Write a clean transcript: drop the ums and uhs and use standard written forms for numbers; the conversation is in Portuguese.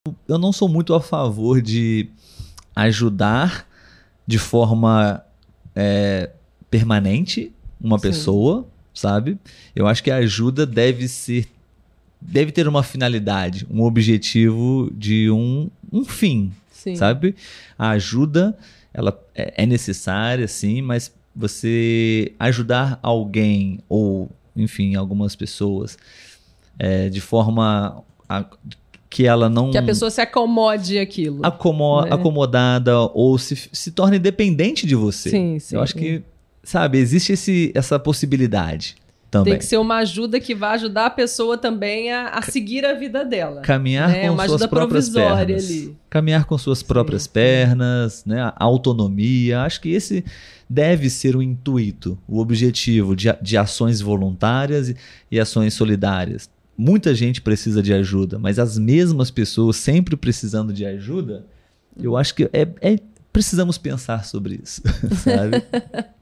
Eu não sou muito a favor de ajudar de forma permanente uma Sim. pessoa, sabe? Eu acho que a ajuda deve ter uma finalidade, um objetivo de um fim, Sim. sabe? A ajuda, ela é necessária, sim, mas você ajudar alguém ou, enfim, algumas pessoas de forma que ela não... Que a pessoa se acomode àquilo. Né? acomodada ou se torne dependente de você. Sim, sim. Eu acho que, sabe, existe essa possibilidade também. Tem que ser uma ajuda que vai ajudar a pessoa também a seguir a vida dela. Caminhar né? com uma suas ajuda próprias provisória pernas. ali. Caminhar com suas próprias pernas, né? A autonomia. Acho que esse deve ser o intuito, o objetivo de ações voluntárias e ações solidárias. Muita gente precisa de ajuda, mas as mesmas pessoas sempre precisando de ajuda, eu acho que precisamos pensar sobre isso, sabe?